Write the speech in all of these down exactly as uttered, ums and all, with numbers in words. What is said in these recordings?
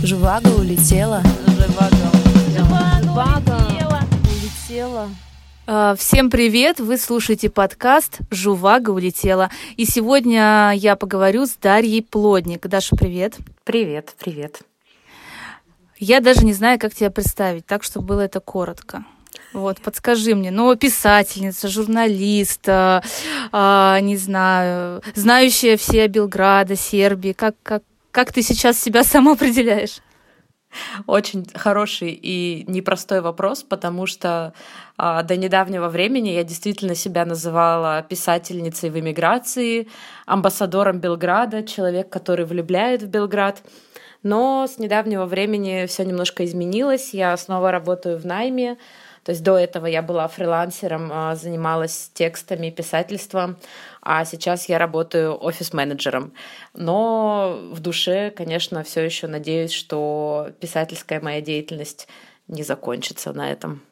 Жвага улетела. Жвага. Жвага улетела. А, Всем привет! Вы слушаете подкаст «Жувага улетела». И сегодня я поговорю с Дарьей Плотник. Даша, привет. Привет, привет. Я даже не знаю, как тебя представить, так, чтобы было это коротко. Вот, подскажи мне, ну, писательница, журналист, а, а, не знаю, знающая все Белграда, Сербии. Как, как, как ты сейчас себя самоопределяешь? Очень хороший и непростой вопрос, потому что а, до недавнего времени я действительно себя называла писательницей в эмиграции, амбассадором Белграда, человек, который влюбляет в Белград. Но с недавнего времени все немножко изменилось. Я снова работаю в найме. То есть до этого я была фрилансером, занималась текстами, писательством, а сейчас я работаю офис-менеджером. Но в душе, конечно, все еще надеюсь, что писательская моя деятельность не закончится на этом.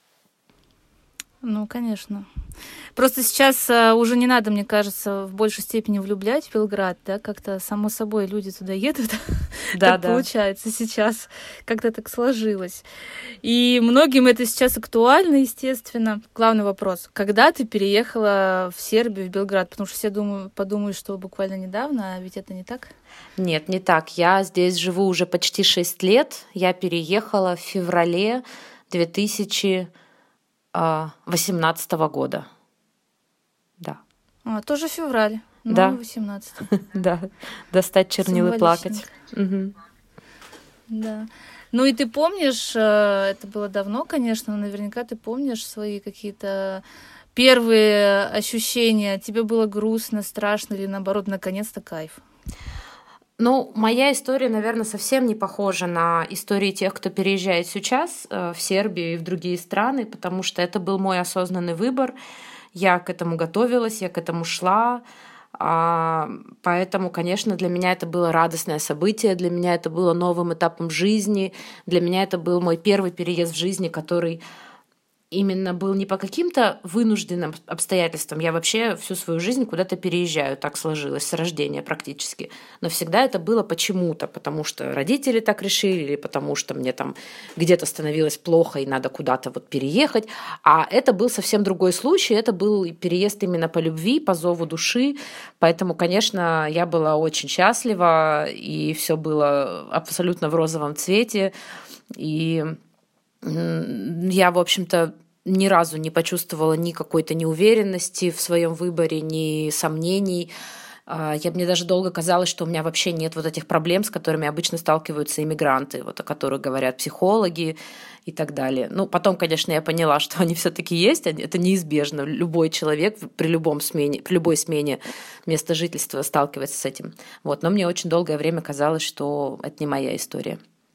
Ну, конечно. Просто сейчас а, уже не надо, мне кажется, в большей степени влюблять в Белград, да, как-то само собой люди туда едут, Да, так да. получается сейчас, как-то так сложилось. И многим это сейчас актуально, естественно. Главный вопрос, когда ты переехала в Сербию, в Белград? Потому что все думают, подумают, что буквально недавно, а ведь это не так. Нет, не так. Я здесь живу уже почти шесть лет. Я переехала в феврале две тысячи восемнадцатого года. Да. А, тоже февраль, но Да. восемнадцатый. Да. Достать чернил и плакать. Символичненько. Мгм. Да. Ну и ты помнишь, э, это было давно, конечно, но наверняка ты помнишь свои какие-то первые ощущения. Тебе было грустно, страшно или наоборот, наконец-то кайф? Ну, моя история, наверное, совсем не похожа на истории тех, кто переезжает сейчас э, в Сербию и в другие страны, потому что это был мой осознанный выбор. Я к этому готовилась, я к этому шла. А, Поэтому, конечно, для меня это было радостное событие, для меня это было новым этапом жизни, для меня это был мой первый переезд в жизни, который именно был не по каким-то вынужденным обстоятельствам. Я вообще всю свою жизнь куда-то переезжаю, так сложилось, с рождения практически. Но всегда это было почему-то, потому что родители так решили, или потому что мне там где-то становилось плохо и надо куда-то вот переехать. А это был совсем другой случай, это был переезд именно по любви, по зову души. Поэтому, конечно, я была очень счастлива, и все было абсолютно в розовом цвете. И я, в общем-то, ни разу не почувствовала ни какой-то неуверенности в своем выборе, ни сомнений. Я, мне даже долго казалось, что у меня вообще нет вот этих проблем, с которыми обычно сталкиваются иммигранты, вот о которых говорят психологи и так далее. Ну, потом, конечно, я поняла, что они все-таки есть, это неизбежно. Любой человек при, любом смене, при любой смене места жительства сталкивается с этим. Вот. Но мне очень долгое время казалось, что это не моя история.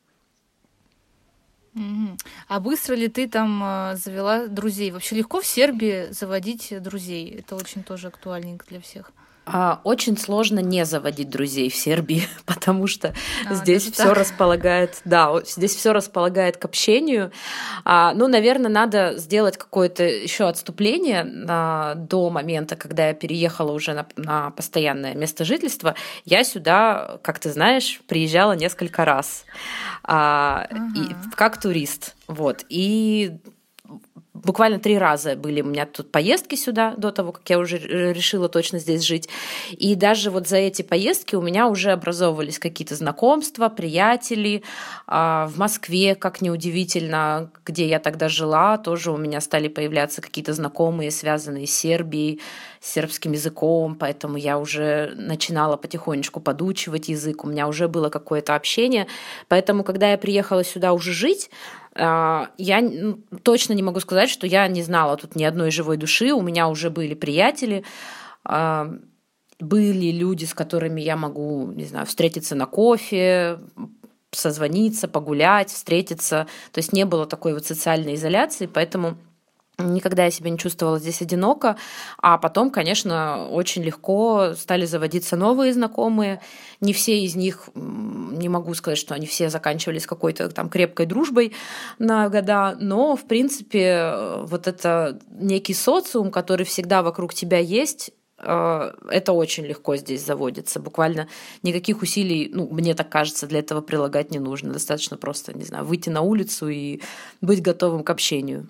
Мгм. А быстро ли ты там э, завела друзей? Вообще легко в Сербии заводить друзей? Это очень тоже актуальненько для всех. А, Очень сложно не заводить друзей в Сербии, потому что А, здесь даже все так? располагает, да, о- здесь все располагает к общению. А, Ну, наверное, надо сделать какое-то еще отступление на- до момента, когда я переехала уже на, на постоянное место жительства. Я сюда, как ты знаешь, приезжала несколько раз а, и Ага. как турист, вот. И буквально три раза были у меня тут поездки сюда до того, как я уже решила точно здесь жить. И даже вот за эти поездки у меня уже образовывались какие-то знакомства, приятели. А в Москве, как неудивительно, где я тогда жила, тоже у меня стали появляться какие-то знакомые, связанные с Сербией, с сербским языком, поэтому я уже начинала потихонечку подучивать язык, у меня уже было какое-то общение. Поэтому, когда я приехала сюда уже жить, а, я н- точно не могу сказать, что я не знала тут ни одной живой души. У меня уже были приятели, а, были люди, с которыми я могу, не знаю, встретиться на кофе, созвониться, погулять, встретиться. То есть не было такой вот социальной изоляции, поэтому никогда я себя не чувствовала здесь одиноко. А потом, конечно, очень легко стали заводиться новые знакомые. Не все из них, м, не могу сказать, что они все заканчивались какой-то там крепкой дружбой на года, но, в принципе, вот это некий социум, который всегда вокруг тебя есть, это очень легко здесь заводится. Буквально никаких усилий, ну, мне так кажется, для этого прилагать не нужно. Достаточно просто, не знаю, выйти на улицу и быть готовым к общению.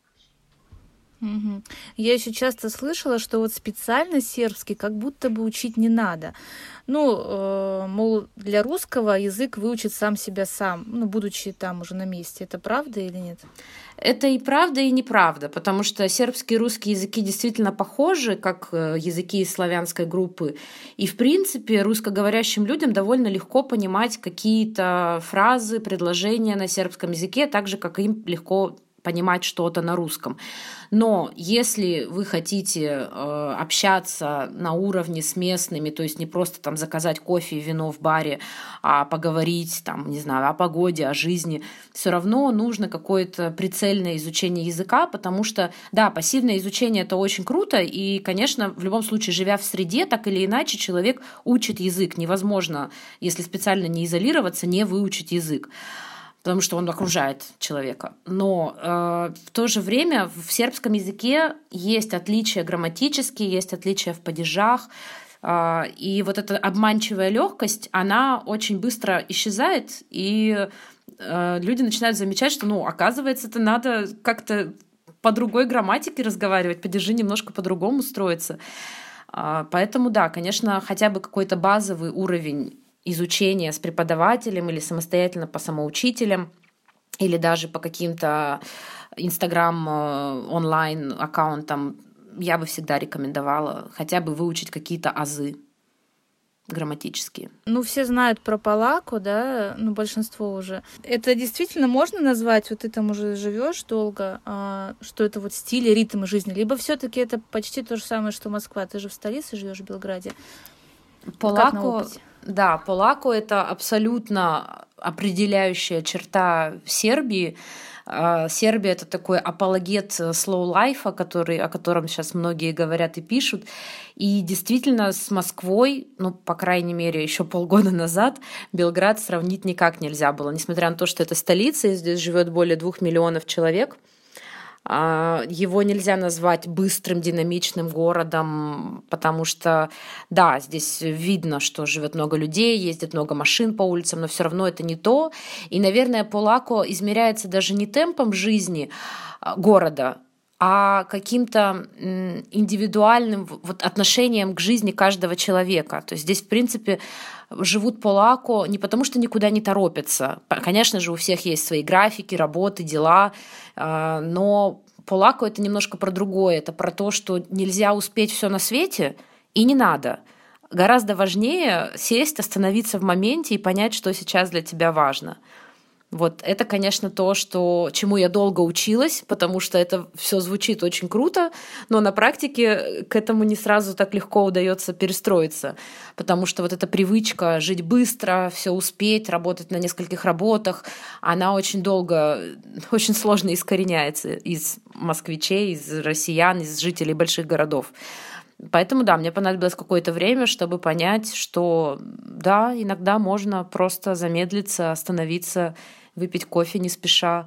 Угу. Я еще часто слышала, что вот специально сербский как будто бы учить не надо. Ну, э, мол, для русского язык выучит сам себя сам, ну, будучи там уже на месте. Это правда или нет? Это и правда, и неправда, потому что сербский и русский языки действительно похожи, как языки из славянской группы. И, в принципе, русскоговорящим людям довольно легко понимать какие-то фразы, предложения на сербском языке, так же, как им легко понимать что-то на русском. Но если вы хотите э, общаться на уровне с местными, то есть не просто там заказать кофе и вино в баре, а поговорить там, не знаю, о погоде, о жизни, все равно нужно какое-то прицельное изучение языка, потому что, да, пассивное изучение — это очень круто, и, конечно, в любом случае, живя в среде, так или иначе, человек учит язык. Невозможно, если специально не изолироваться, не выучить язык, потому что он окружает человека. Но э, в то же время в сербском языке есть отличия грамматические, есть отличия в падежах, э, и вот эта обманчивая легкость, она очень быстро исчезает, и э, люди начинают замечать, что, ну, оказывается, это надо как-то по другой грамматике разговаривать, падежи немножко по-другому строятся. Э, поэтому, да, конечно, хотя бы какой-то базовый уровень изучения с преподавателем или самостоятельно по самоучителям, или даже по каким-то Инстаграм онлайн аккаунтам, я бы всегда рекомендовала хотя бы выучить какие-то азы грамматические. Ну, все знают про полаку, да, ну, большинство уже. Это действительно можно назвать, вот ты там уже живешь долго, а, что это вот стиль, ритм жизни, либо все-таки это почти то же самое, что Москва. Ты же в столице живешь, в Белграде. Полаку, да, полаку — это абсолютно определяющая черта Сербии. Сербия — это такой апологет slow life, который, о котором сейчас многие говорят и пишут. И действительно с Москвой, ну, по крайней мере, еще полгода назад Белград сравнить никак нельзя было. Несмотря на то, что это столица, и здесь живет более двух миллионов человек, его нельзя назвать быстрым, динамичным городом, потому что, да, здесь видно, что живет много людей, ездит много машин по улицам, но все равно это не то. И, наверное, Полако измеряется даже не темпом жизни города, а каким-то индивидуальным вот отношением к жизни каждого человека. То есть здесь, в принципе, живут полако не потому, что никуда не торопятся. Конечно же, у всех есть свои графики, работы, дела, но полако — это немножко про другое. Это про то, что нельзя успеть все на свете, и не надо. Гораздо важнее сесть, остановиться в моменте и понять, что сейчас для тебя важно. Вот это, конечно, то, что, чему я долго училась, потому что это все звучит очень круто, но на практике к этому не сразу так легко удается перестроиться, потому что вот эта привычка жить быстро, все успеть, работать на нескольких работах, она очень долго, очень сложно искореняется из москвичей, из россиян, из жителей больших городов. Поэтому, да, мне понадобилось какое-то время, чтобы понять, что, да, иногда можно просто замедлиться, остановиться, выпить кофе не спеша.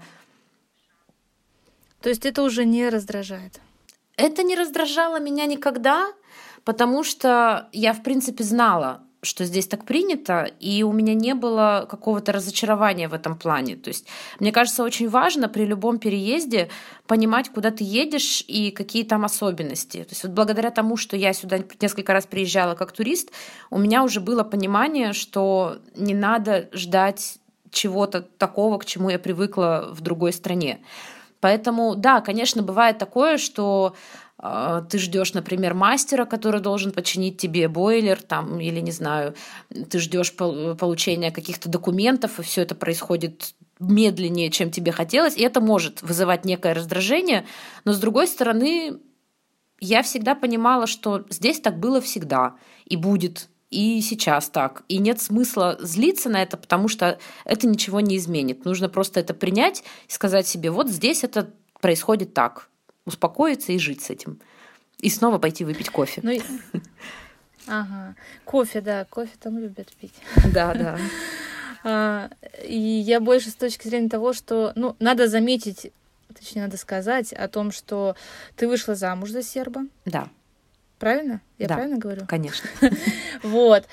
То есть это уже не раздражает? Это не раздражало меня никогда, потому что я, в принципе, знала, что здесь так принято, и у меня не было какого-то разочарования в этом плане. То есть, мне кажется, очень важно при любом переезде понимать, куда ты едешь и какие там особенности. То есть, вот благодаря тому, что я сюда несколько раз приезжала как турист, у меня уже было понимание, что не надо ждать чего-то такого, к чему я привыкла в другой стране. Поэтому, да, конечно, бывает такое, что э, ты ждешь, например, мастера, который должен починить тебе бойлер, там, или, не знаю, ты ждешь пол- получения каких-то документов, и все это происходит медленнее, чем тебе хотелось, и это может вызывать некое раздражение, но, с другой стороны, я всегда понимала, что здесь так было всегда и будет. И сейчас так. И нет смысла злиться на это, потому что это ничего не изменит. Нужно просто это принять и сказать себе, вот здесь это происходит так. Успокоиться и жить с этим. И снова пойти выпить кофе. Ну, ага. Кофе, да, кофе там любят пить. Да, да. И я больше с точки зрения того, что, ну, надо заметить, точнее, надо сказать о том, что ты вышла замуж за серба. Да. Правильно? Я Да, правильно говорю? конечно. Вот.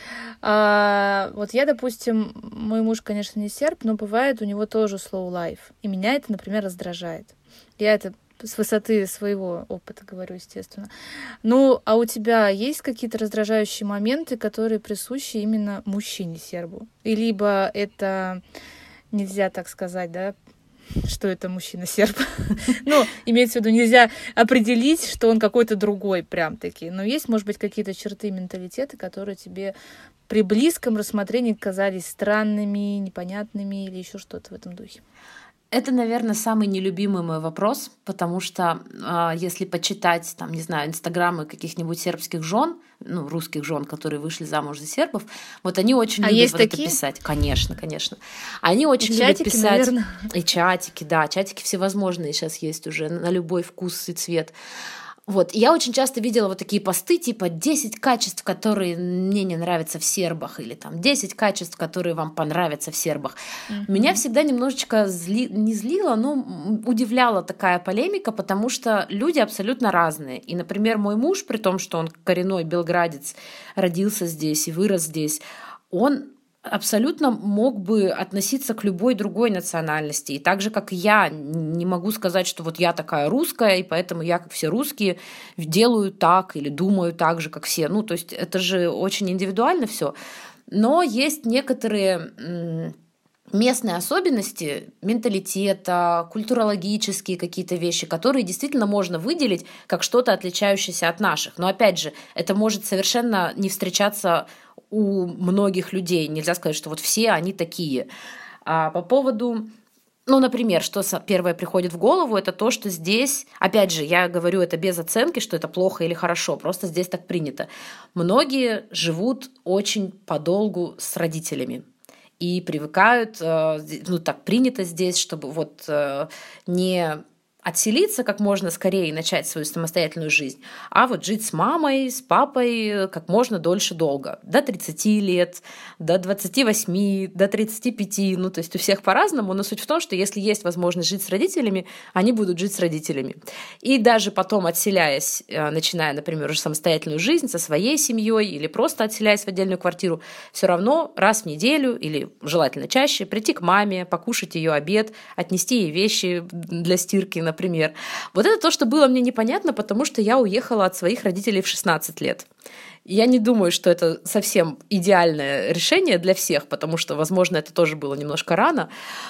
А, вот я, допустим, мой муж, конечно, не серб, но бывает у него тоже slow life. И меня это, например, раздражает. Я это с высоты своего опыта говорю, естественно. Ну, а у тебя есть какие-то раздражающие моменты, которые присущи именно мужчине-сербу? И либо это нельзя так сказать, да, что это мужчина-серб. Ну, имеется в виду, нельзя определить, что он какой-то другой прям-таки. Но есть, может быть, какие-то черты менталитета, которые тебе при близком рассмотрении казались странными, непонятными или еще что-то в этом духе. Это, наверное, самый нелюбимый мой вопрос, потому что э, если почитать, там, не знаю, инстаграмы каких-нибудь сербских жен, ну, русских жен, которые вышли замуж за сербов, вот они очень а любят есть вот такие? это писать. Конечно, конечно. Они очень и любят чатики, писать. Наверное. И чатики, да, чатики всевозможные сейчас есть уже на любой вкус и цвет. Вот. Я очень часто видела вот такие посты, типа десять качеств, которые мне не нравятся в сербах, или там десять качеств, которые вам понравятся в сербах. Mm-hmm. Меня всегда немножечко зли... не злила, но удивляла такая полемика, потому что люди абсолютно разные. И, например, мой муж, при том, что он коренной белградец, родился здесь и вырос здесь, он абсолютно мог бы относиться к любой другой национальности. И так же, как я не могу сказать, что вот я такая русская, и поэтому я, как все русские, делаю так или думаю так же, как все. Ну, то есть это же очень индивидуально все. Но есть некоторые местные особенности менталитета, культурологические какие-то вещи, которые действительно можно выделить как что-то отличающееся от наших. Но опять же, это может совершенно не встречаться у многих людей. Нельзя сказать, что вот все они такие. А по поводу, ну, например, что первое приходит в голову, это то, что здесь, опять же, я говорю это без оценки, что это плохо или хорошо, просто здесь так принято. Многие живут очень подолгу с родителями и привыкают, ну, так принято здесь, чтобы вот не отселиться как можно скорее и начать свою самостоятельную жизнь, а вот жить с мамой, с папой как можно дольше долго. До тридцати лет, до двадцати восьми, до тридцати пяти. Ну, то есть у всех по-разному, но суть в том, что если есть возможность жить с родителями, они будут жить с родителями. И даже потом, отселяясь, начиная, например, уже самостоятельную жизнь со своей семьей или просто отселяясь в отдельную квартиру, все равно раз в неделю или желательно чаще прийти к маме, покушать ее обед, отнести ей вещи для стирки, например. Вот это то, что было мне непонятно, потому что я уехала от своих родителей в шестнадцать лет. Я не думаю, что это совсем идеальное решение для всех, потому что, возможно, это тоже было немножко рано,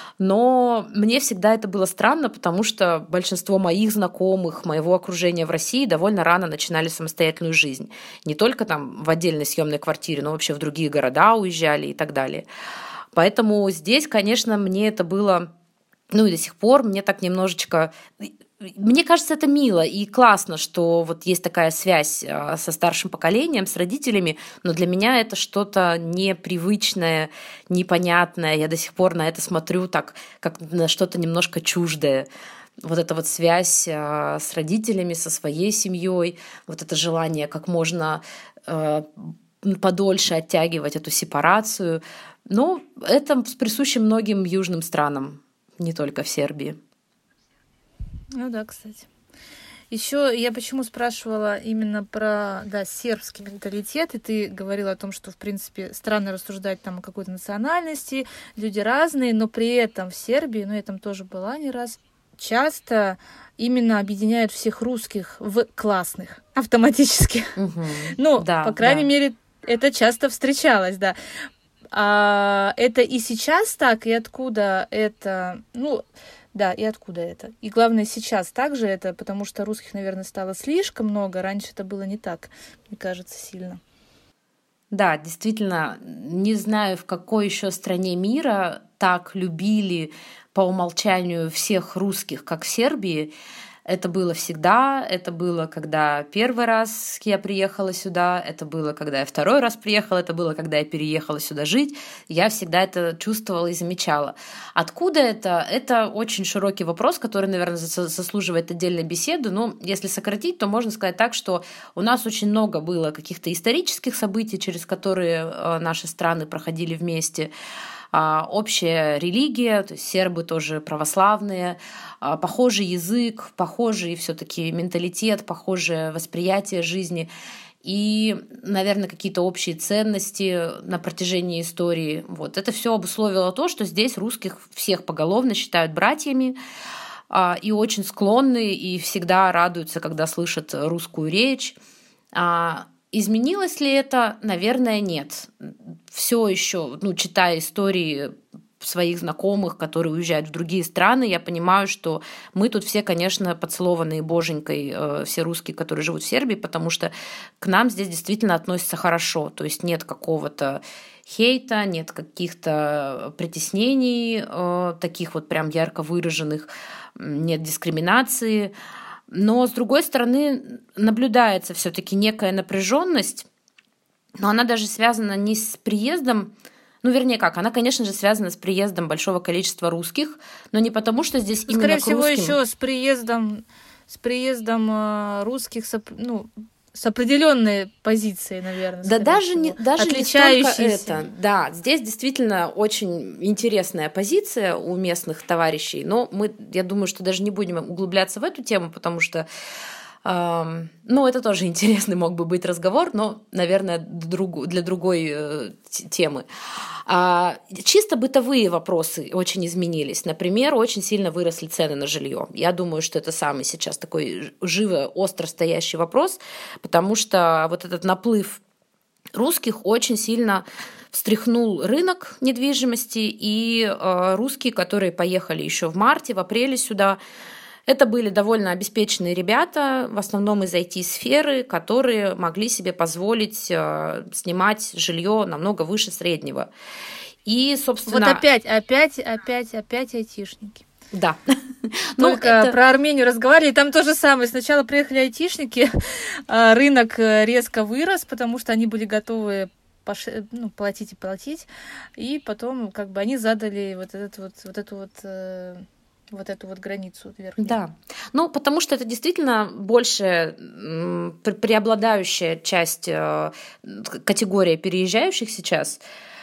но мне всегда это было странно, потому что большинство моих знакомых, моего окружения в России довольно рано начинали самостоятельную жизнь. Не только там в отдельной съемной квартире, но вообще в другие города уезжали и так далее. Поэтому здесь, конечно, мне это было... Ну и до сих пор мне так немножечко... Мне кажется, это мило и классно, что вот есть такая связь со старшим поколением, с родителями, но для меня это что-то непривычное, непонятное. Я до сих пор на это смотрю так, как на что-то немножко чуждое. Вот эта вот связь с родителями, со своей семьей, вот это желание как можно подольше оттягивать эту сепарацию. Ну, это присуще многим южным странам. Не только в Сербии. Ну да, кстати. Еще я почему спрашивала именно про, да, сербский менталитет, и ты говорила о том, что, в принципе, странно рассуждать там о какой-то национальности, люди разные, но при этом в Сербии, ну я там тоже была не раз, часто именно объединяют всех русских в классных автоматически. Угу. Ну, да, по крайней да. мере, это часто встречалось, да. А это и сейчас так, и откуда это, ну, да, и откуда это. И главное, сейчас также это, потому что русских, наверное, стало слишком много, раньше это было не так, мне кажется, сильно. Да, действительно, не знаю, в какой еще стране мира так любили по умолчанию всех русских, как в Сербии. Это было всегда, это было, когда первый раз я приехала сюда, это было, когда я второй раз приехала, это было, когда я переехала сюда жить. Я всегда это чувствовала и замечала. Откуда это? Это очень широкий вопрос, который, наверное, заслуживает отдельной беседы. Но если сократить, то можно сказать так, что у нас очень много было каких-то исторических событий, через которые наши страны проходили вместе. общая религия, то есть сербы тоже православные, похожий язык, похожий все-таки менталитет, похожее восприятие жизни и, наверное, какие-то общие ценности на протяжении истории. Вот. Это все обусловило то, что здесь русских всех поголовно считают братьями и очень склонны, и всегда радуются, когда слышат русскую речь. Изменилось ли это? Наверное, нет. Все еще, ну, читая истории своих знакомых, которые уезжают в другие страны, я понимаю, что мы тут все, конечно, поцелованные боженькой, э, все русские, которые живут в Сербии, потому что к нам здесь действительно относятся хорошо, то есть нет какого-то хейта, нет каких-то притеснений, э, таких вот прям ярко выраженных, нет дискриминации, но, с другой стороны, наблюдается все-таки некая напряженность, но она даже связана не с приездом. Ну, вернее, как? Она, конечно же, связана с приездом большого количества русских, но не потому, что здесь ну, именно скорее всего, русским... еще с приездом, с приездом русских, ну, с определенной позицией, наверное. Да даже не, даже не столько это. Да, здесь действительно очень интересная позиция у местных товарищей, но мы, я думаю, что даже не будем углубляться в эту тему, потому что Um, ну, это тоже интересный мог бы быть разговор, но, наверное, для другой э, темы. А, чисто бытовые вопросы очень изменились. Например, очень сильно выросли цены на жилье. Я думаю, что это самый сейчас такой живо, остро стоящий вопрос, потому что вот этот наплыв русских очень сильно встряхнул рынок недвижимости, и э, русские, которые поехали еще в марте, в апреле сюда, это были довольно обеспеченные ребята, в основном из ай ти-сферы, которые могли себе позволить э, снимать жилье намного выше среднего. И, собственно... Вот опять, опять, опять, опять айтишники. Да. Только это... про Армению разговаривали, там то же самое. Сначала приехали айтишники, рынок резко вырос, потому что они были готовы пош... ну, платить и платить, и потом как бы они задали вот, этот вот, вот эту вот... Э... вот эту вот границу верхнюю. Да, ну потому что это действительно больше преобладающая часть категории переезжающих сейчас.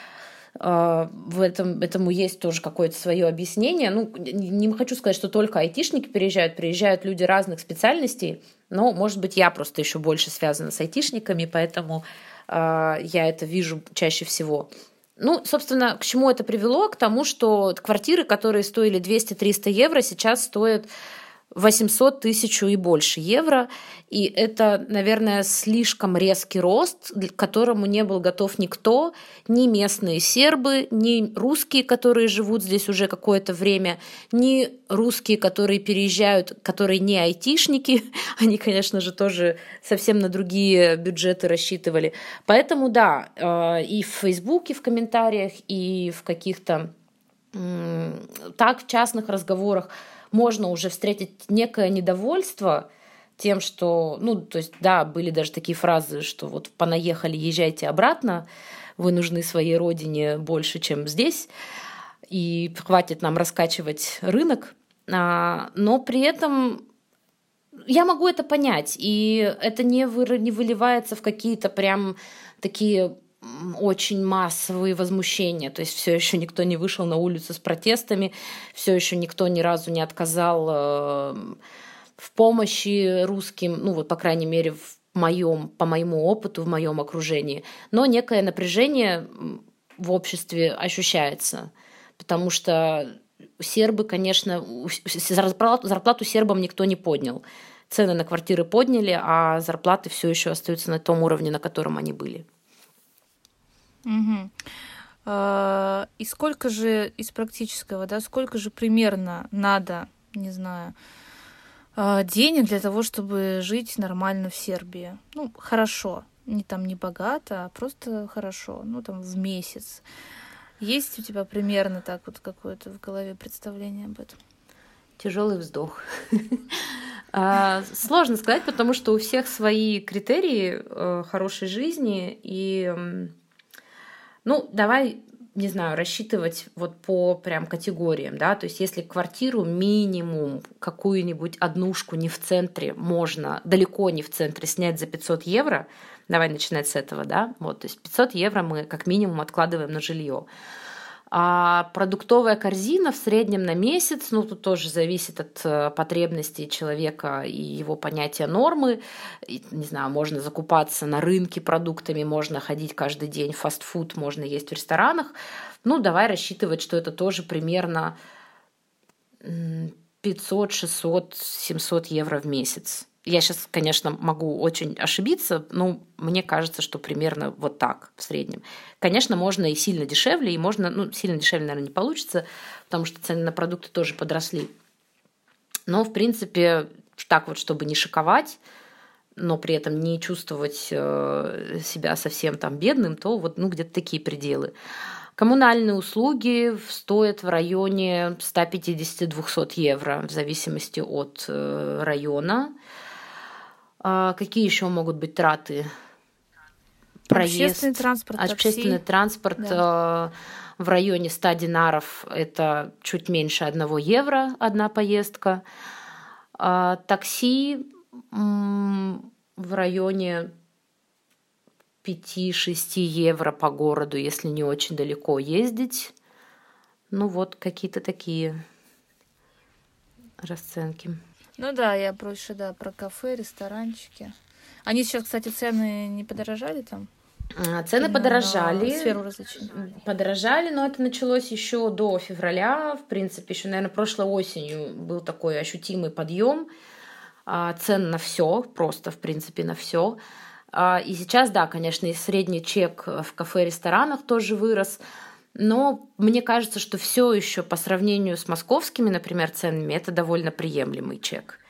В этом, этому есть тоже какое-то свое объяснение. Ну, не хочу сказать, что только айтишники переезжают, приезжают люди разных специальностей, но, может быть, я просто еще больше связана с айтишниками, поэтому я это вижу чаще всего. Ну, собственно, к чему это привело? К тому, что квартиры, которые стоили двести-триста евро, сейчас стоят восемьсот, тысячу и больше евро. И это, наверное, слишком резкий рост, к которому не был готов никто, ни местные сербы, ни русские, которые живут здесь уже какое-то время, ни русские, которые переезжают, которые не айтишники. Они, конечно же, тоже совсем на другие бюджеты рассчитывали. Поэтому, да, и в Фейсбуке, в комментариях, и в каких-то так, в частных разговорах можно уже встретить некое недовольство тем, что, ну, то есть, да, были даже такие фразы, что вот понаехали, езжайте обратно, вы нужны своей родине больше, чем здесь, и хватит нам раскачивать рынок. Но при этом я могу это понять, и это не, вы, не выливается в какие-то прям такие очень массовые возмущения, то есть все еще никто не вышел на улицу с протестами, все еще никто ни разу не отказал в помощи русским, ну вот по крайней мере в моем, по моему опыту, в моем окружении, но некое напряжение в обществе ощущается, потому что сербы, конечно, зарплату, зарплату сербам никто не поднял, цены на квартиры подняли, а зарплаты все еще остаются на том уровне, на котором они были. Угу. И сколько же из практического, да, сколько же примерно надо, не знаю, денег для того, чтобы жить нормально в Сербии? Ну, хорошо, не там не богато, а просто хорошо, ну, там в месяц. Есть у тебя примерно так вот какое-то в голове представление об этом? Тяжелый вздох. Сложно сказать, потому что у всех свои критерии хорошей жизни, и ну, давай, не знаю, рассчитывать вот по прям категориям, да, то есть если квартиру минимум какую-нибудь однушку не в центре можно, далеко не в центре снять за пятьсот евро, давай начинать с этого, да, вот, то есть пятьсот евро мы как минимум откладываем на жилье. А продуктовая корзина в среднем на месяц, ну тут тоже зависит от э, потребностей человека и его понятия нормы. И, не знаю, можно закупаться на рынке продуктами, можно ходить каждый день в фастфуд, можно есть в ресторанах. Ну, давай рассчитывать, что это тоже примерно пятьсот, шестьсот, семьсот евро в месяц. Я сейчас, конечно, могу очень ошибиться, но мне кажется, что примерно вот так в среднем. Конечно, можно и сильно дешевле, и можно, ну, сильно дешевле, наверное, не получится, потому что цены на продукты тоже подросли. Но, в принципе, так вот, чтобы не шиковать, но при этом не чувствовать себя совсем там бедным, то вот, ну, где-то такие пределы. Коммунальные услуги стоят в районе сто пятьдесят - двести евро, в зависимости от района. А какие еще могут быть траты? Проезд, общественный транспорт, общественный такси. транспорт Да. В районе ста динаров это чуть меньше одного евро одна поездка. А такси в районе пять-шесть евро по городу, если не очень далеко ездить. Ну вот какие-то такие расценки. Ну да, я больше, да, про кафе, ресторанчики. Они сейчас, кстати, цены не подорожали там? Цены Именно подорожали. на сферу развлечений. Подорожали, но это началось еще до февраля. В принципе, еще, наверное, прошлой осенью был такой ощутимый подъем цен на все, просто, в принципе, на все. И сейчас, да, конечно, и средний чек в кафе и ресторанах тоже вырос. Но мне кажется, что все еще по сравнению с московскими, например, ценами, это довольно приемлемый чек.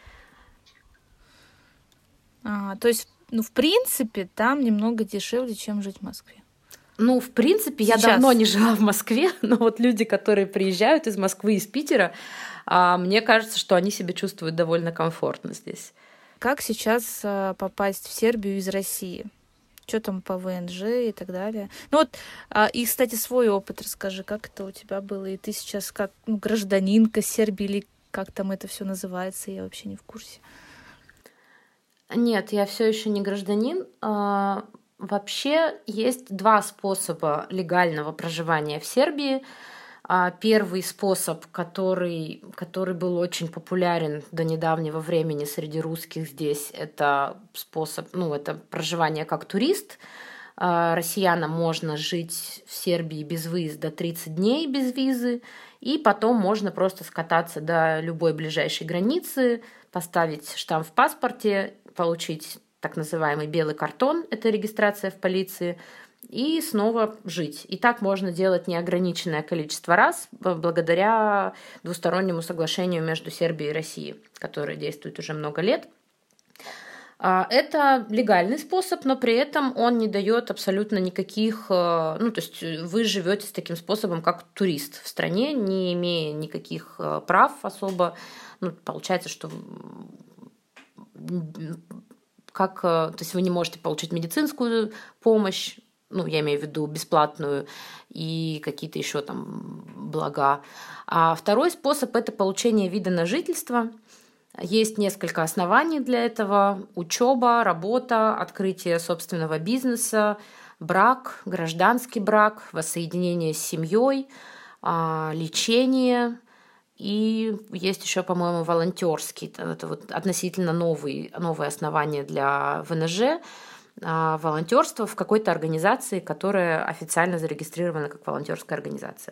А, то есть, ну, в принципе, там немного дешевле, чем жить в Москве. Ну, в принципе, Сейчас. Я давно не жила в Москве, но вот люди, которые приезжают из Москвы, из Питера, мне кажется, что они себя чувствуют довольно комфортно здесь. Как сейчас попасть в Сербию из России? Что там по вэ эн жэ и так далее? Ну вот, и, кстати, свой опыт расскажи, как это у тебя было? И ты сейчас как, ну, гражданинка Сербии или как там это все называется? Я вообще не в курсе. Нет, я все еще не гражданин. Вообще есть два способа легального проживания в Сербии. Первый способ, который, который был очень популярен до недавнего времени среди русских здесь, это способ, ну, это проживание как турист. Россиянам можно жить в Сербии без выезда тридцать дней без визы, и потом можно просто скататься до любой ближайшей границы, поставить штамп в паспорте, получить так называемый белый картон, это регистрация в полиции, и снова жить. И так можно делать неограниченное количество раз благодаря двустороннему соглашению между Сербией и Россией, которое действует уже много лет. Это легальный способ, но при этом он не дает абсолютно никаких... Ну, то есть вы живете с таким способом, как турист в стране, не имея никаких прав особо. Ну, получается, что... Как, то есть вы не можете получить медицинскую помощь, ну, я имею в виду бесплатную, и какие-то еще там блага. А второй способ – это получение вида на жительство. Есть несколько оснований для этого. Учеба, работа, открытие собственного бизнеса, брак, гражданский брак, воссоединение с семьей, лечение. И есть еще, по-моему, волонтерский. Это вот относительно новый, новое основание для вэ эн жэ. Волонтерство в какой-то организации, которая официально зарегистрирована как волонтерская организация.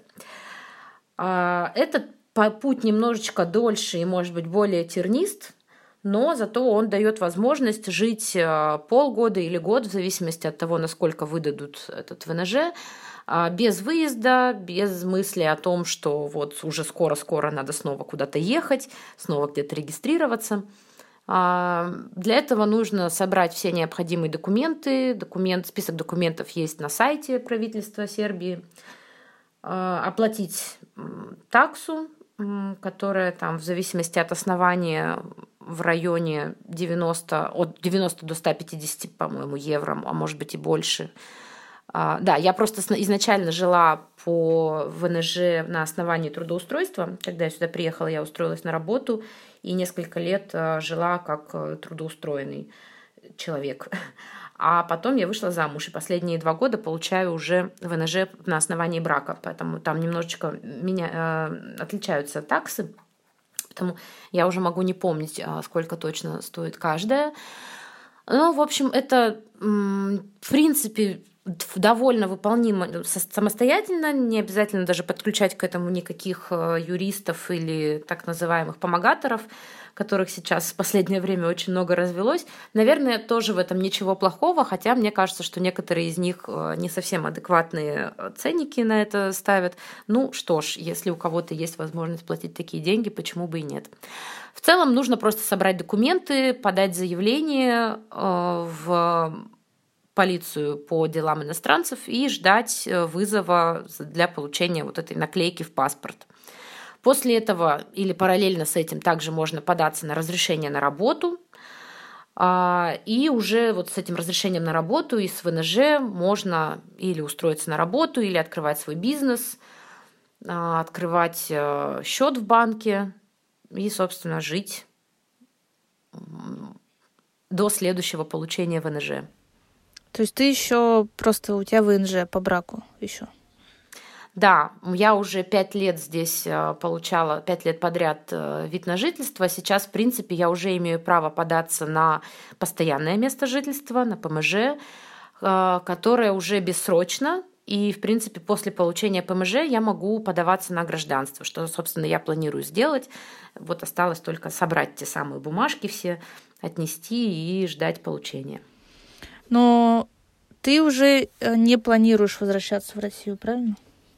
Этот путь немножечко дольше и, может быть, более тернист, но зато он дает возможность жить полгода или год, в зависимости от того, насколько выдадут этот вэ эн жэ, без выезда, без мысли о том, что вот уже скоро-скоро надо снова куда-то ехать, снова где-то регистрироваться. Для этого нужно собрать все необходимые документы. Документ, список документов есть на сайте правительства Сербии. Оплатить таксу, которая там в зависимости от основания в районе девяносто, от девяноста до ста пятидесяти, по-моему, евро, а может быть и больше. Да, я просто изначально жила по вэ эн жэ на основании трудоустройства. Когда я сюда приехала, я устроилась на работу и несколько лет жила как трудоустроенный человек. А потом я вышла замуж, и последние два года получаю уже вэ эн жэ на основании брака, поэтому там немножечко меня, э, отличаются таксы, поэтому я уже могу не помнить, сколько точно стоит каждая. Ну, в общем, это, в принципе, довольно выполнимо самостоятельно, не обязательно даже подключать к этому никаких юристов или так называемых помогаторов, которых сейчас в последнее время очень много развелось. Наверное, тоже в этом ничего плохого, хотя мне кажется, что некоторые из них не совсем адекватные ценники на это ставят. Ну что ж, если у кого-то есть возможность платить такие деньги, почему бы и нет. В целом нужно просто собрать документы, подать заявление в полицию по делам иностранцев и ждать вызова для получения вот этой наклейки в паспорт. После этого или параллельно с этим также можно податься на разрешение на работу, и уже вот с этим разрешением на работу и с вэ эн жэ можно или устроиться на работу, или открывать свой бизнес, открывать счет в банке и, собственно, жить до следующего получения вэ эн жэ. То есть ты еще просто у тебя вэ эн жэ по браку еще? Да, я уже пять лет здесь получала, пять лет подряд вид на жительство. Сейчас, в принципе, я уже имею право податься на постоянное место жительства, на пэ эм жэ, которое уже бессрочно. И, в принципе, после получения пэ эм жэ я могу подаваться на гражданство, что, собственно, я планирую сделать. Вот осталось только собрать те самые бумажки все, отнести и ждать получения. Но ты уже не планируешь возвращаться в Россию, правильно?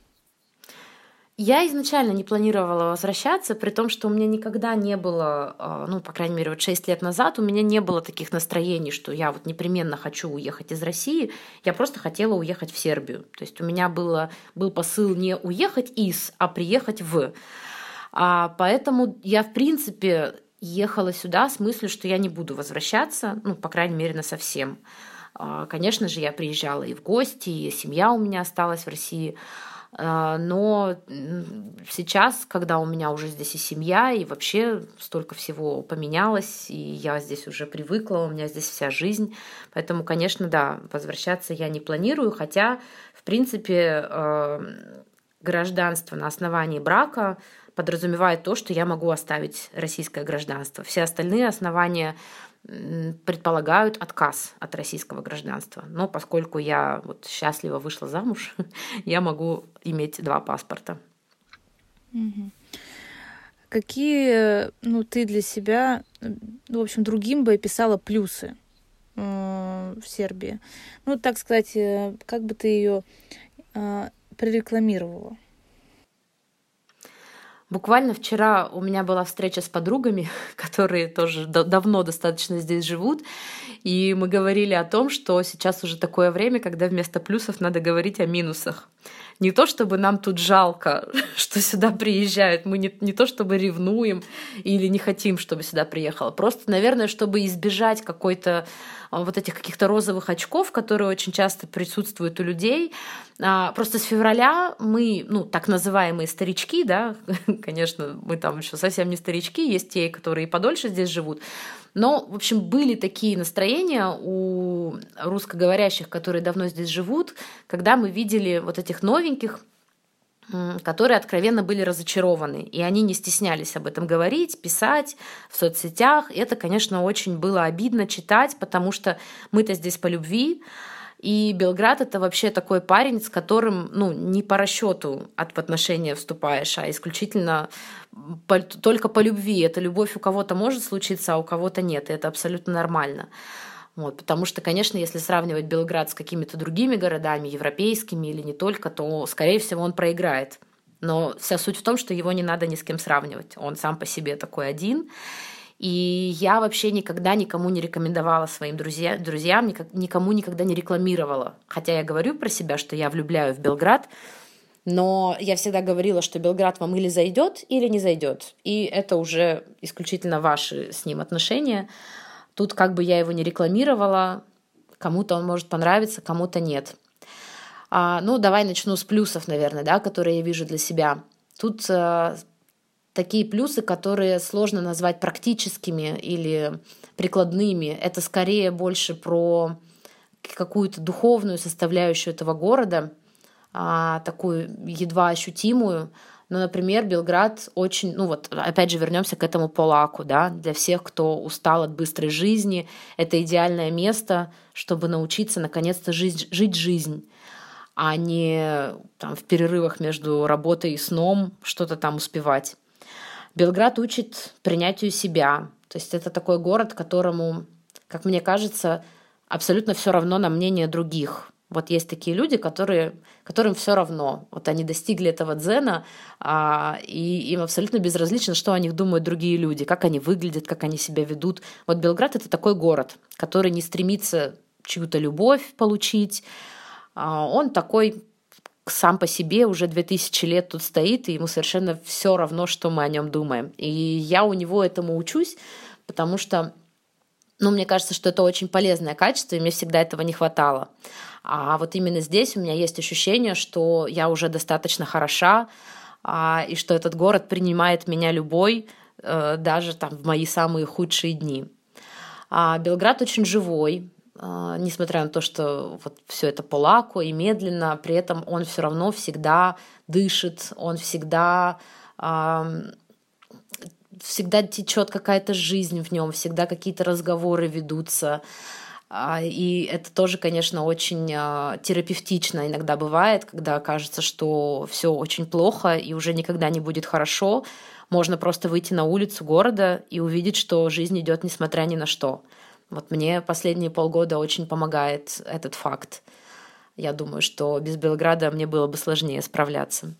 Я изначально не планировала возвращаться, при том, что у меня никогда не было, ну, по крайней мере, вот шесть лет назад у меня не было таких настроений, что я вот непременно хочу уехать из России, я просто хотела уехать в Сербию. То есть у меня было, был посыл не уехать из, а приехать в. А поэтому я, в принципе, ехала сюда с мыслью, что я не буду возвращаться, ну, по крайней мере, насовсем. Конечно же, я приезжала и в гости, и семья у меня осталась в России. Но сейчас, когда у меня уже здесь и семья, и вообще столько всего поменялось, и я здесь уже привыкла, у меня здесь вся жизнь, поэтому, конечно, да, возвращаться я не планирую, хотя, в принципе, гражданство на основании брака подразумевает то, что я могу оставить российское гражданство. Все остальные основания предполагают отказ от российского гражданства. Но поскольку я вот счастливо вышла замуж, я могу иметь два паспорта. Угу. Какие, ну, ты для себя, ну, в общем, другим бы описала плюсы э, в Сербии? Ну, так сказать, э, как бы ты ее э, прорекламировала? Буквально вчера у меня была встреча с подругами, которые тоже давно достаточно здесь живут, и мы говорили о том, что сейчас уже такое время, когда вместо плюсов надо говорить о минусах. Не то, чтобы нам тут жалко, что сюда приезжают, мы не, не то, чтобы ревнуем или не хотим, чтобы сюда приехало, просто, наверное, чтобы избежать какой-то вот этих каких-то розовых очков, которые очень часто присутствуют у людей. Просто с февраля мы, ну, так называемые старички, да, конечно, мы там еще совсем не старички, есть те, которые и подольше здесь живут, но, в общем, были такие настроения у русскоговорящих, которые давно здесь живут, когда мы видели вот этих новеньких, которые откровенно были разочарованы, и они не стеснялись об этом говорить, писать в соцсетях. И это, конечно, очень было обидно читать, потому что мы-то здесь по любви, и Белград — это вообще такой парень, с которым, ну, не по расчету от отношения вступаешь, а исключительно по, только по любви. Эта любовь у кого-то может случиться, а у кого-то нет, и это абсолютно нормально. Вот, потому что, конечно, если сравнивать Белград с какими-то другими городами, европейскими или не только, то, скорее всего, он проиграет. Но вся суть в том, что его не надо ни с кем сравнивать. Он сам по себе такой один. И я вообще никогда никому не рекомендовала своим друзья, друзьям, никому никогда не рекламировала. Хотя я говорю про себя, что я влюбляю в Белград, но я всегда говорила, что Белград вам или зайдет, или не зайдет. И это уже исключительно ваши с ним отношения. Тут как бы я его не рекламировала, кому-то он может понравиться, кому-то нет. А, ну, давай начну с плюсов, наверное, да, которые я вижу для себя. Тут а, такие плюсы, которые сложно назвать практическими или прикладными. Это скорее больше про какую-то духовную составляющую этого города, а, такую едва ощутимую. Но, например, Белград очень, ну вот, опять же, вернемся к этому Полаку, да, для всех, кто устал от быстрой жизни, это идеальное место, чтобы научиться наконец-то жить, жить жизнь, а не там, в перерывах между работой и сном что-то там успевать. Белград учит принятию себя, то есть это такой город, которому, как мне кажется, абсолютно все равно на мнение других. Вот есть такие люди, которые, которым все равно. Вот они достигли этого дзена, а, и им абсолютно безразлично, что о них думают другие люди, как они выглядят, как они себя ведут. Вот Белград — это такой город, который не стремится чью-то любовь получить. А, он такой сам по себе уже две тысячи лет тут стоит, и ему совершенно все равно, что мы о нем думаем. И я у него этому учусь, потому что, ну, мне кажется, что это очень полезное качество, и мне всегда этого не хватало. А вот именно здесь у меня есть ощущение, что я уже достаточно хороша, а, и что этот город принимает меня любой, а, даже там в мои самые худшие дни. А Белград очень живой, а, несмотря на то, что вот все это полако и медленно, при этом он все равно всегда дышит, он всегда... А, всегда течет какая-то жизнь в нем, всегда какие-то разговоры ведутся. И это тоже, конечно, очень терапевтично иногда бывает, когда кажется, что все очень плохо и уже никогда не будет хорошо. Можно просто выйти на улицу города и увидеть, что жизнь идет несмотря ни на что. Вот мне последние полгода очень помогает этот факт. Я думаю, что без Белграда мне было бы сложнее справляться.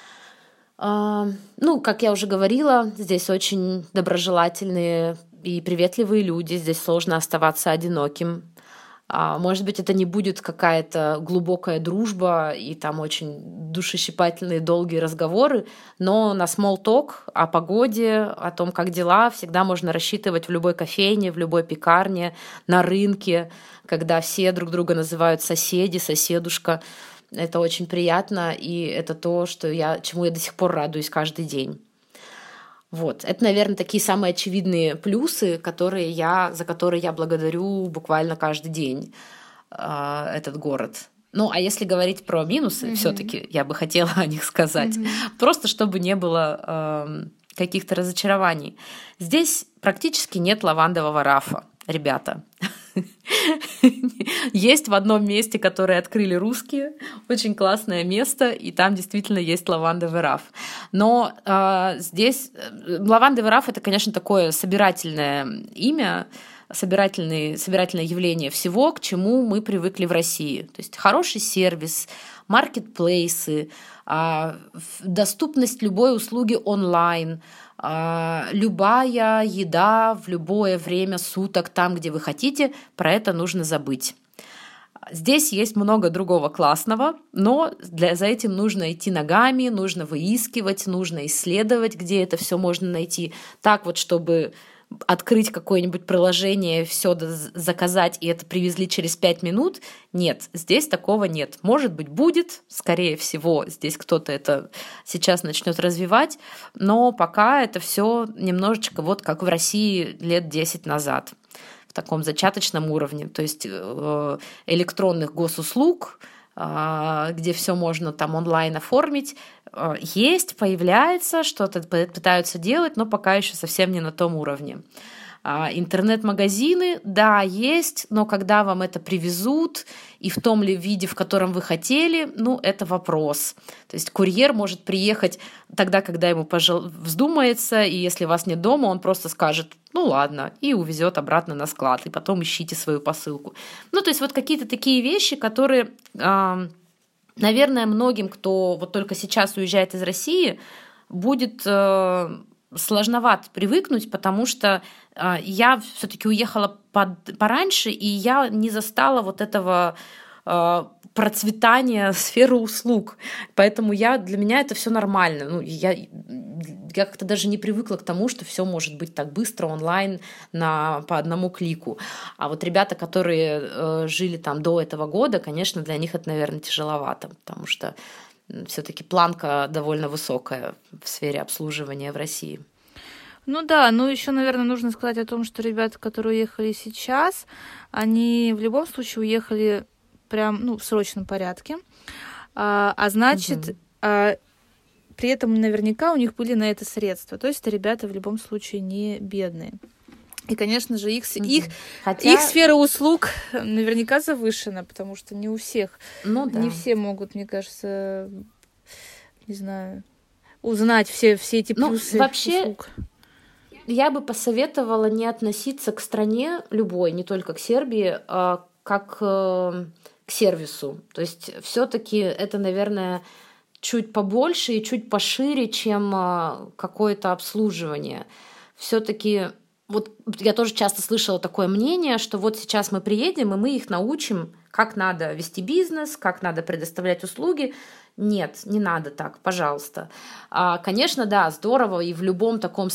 Ну, как я уже говорила, здесь очень доброжелательные и приветливые люди, здесь сложно оставаться одиноким. Может быть, это не будет какая-то глубокая дружба и там очень душещипательные долгие разговоры, но на small talk о погоде, о том, как дела, всегда можно рассчитывать в любой кофейне, в любой пекарне, на рынке, когда все друг друга называют соседи, соседушка. Это очень приятно, и это то, что я, чему я до сих пор радуюсь каждый день. Вот. Это, наверное, такие самые очевидные плюсы, которые я, за которые я благодарю буквально каждый день э, этот город. Ну, а если говорить про минусы, mm-hmm. все-таки я бы хотела о них сказать, mm-hmm. просто чтобы не было э, каких-то разочарований. Здесь практически нет лавандового рафа, ребята. Есть в одном месте, которое открыли русские, очень классное место, и там действительно есть лавандовый раф. Но э, здесь лавандовый раф — это, конечно, такое собирательное имя, собирательное, собирательное явление всего, к чему мы привыкли в России. То есть хороший сервис, маркетплейсы, э, доступность любой услуги онлайн, любая еда в любое время суток, там, где вы хотите, про это нужно забыть. Здесь есть много другого классного, но для, за этим нужно идти ногами, нужно выискивать, нужно исследовать, где это все можно найти, так вот, чтобы открыть какое-нибудь приложение, все заказать, и это привезли через пять минут. Нет, здесь такого нет. Может быть, будет, скорее всего, здесь кто-то это сейчас начнет развивать, но пока это все немножечко вот как в России лет десять назад, в таком зачаточном уровне. То есть электронных госуслуг, где все можно там онлайн оформить, есть, появляется, что-то пытаются делать, но пока еще совсем не на том уровне. Интернет-магазины, да, есть, но когда вам это привезут и в том ли виде, в котором вы хотели, ну, это вопрос. То есть курьер может приехать тогда, когда ему пожел... вздумается, и если вас нет дома, он просто скажет: ну ладно, и увезет обратно на склад, и потом ищите свою посылку. Ну, то есть вот какие-то такие вещи, которые, наверное, многим, кто вот только сейчас уезжает из России, будет сложновато привыкнуть, потому что э, я все-таки уехала под, пораньше, и я не застала вот этого э, процветания сферы услуг. Поэтому я, для меня это все нормально. Ну, я, я как-то даже не привыкла к тому, что все может быть так быстро онлайн на, по одному клику. А вот ребята, которые э, жили там до этого года, конечно, для них это, наверное, тяжеловато, потому что все-таки планка довольно высокая в сфере обслуживания в России. Ну да, ну еще, наверное, нужно сказать о том, что ребята, которые уехали сейчас, они в любом случае уехали прям, ну, в срочном порядке, а, а значит, угу. а, при этом наверняка у них были на это средства. То есть это ребята в любом случае не бедные. И, конечно же, их, угу. их, Хотя... их сфера услуг наверняка завышена, потому что не у всех, ну, да. не все могут, мне кажется, не знаю, узнать все, все эти плюсы ну, вообще... услуг. Я бы посоветовала не относиться к стране любой, не только к Сербии, а как к сервису. То есть все-таки это, наверное, чуть побольше и чуть пошире, чем какое-то обслуживание. Все-таки вот я тоже часто слышала такое мнение, что вот сейчас мы приедем, и мы их научим, как надо вести бизнес, как надо предоставлять услуги. Нет, не надо так, пожалуйста. Конечно, да, здорово, и в любом таком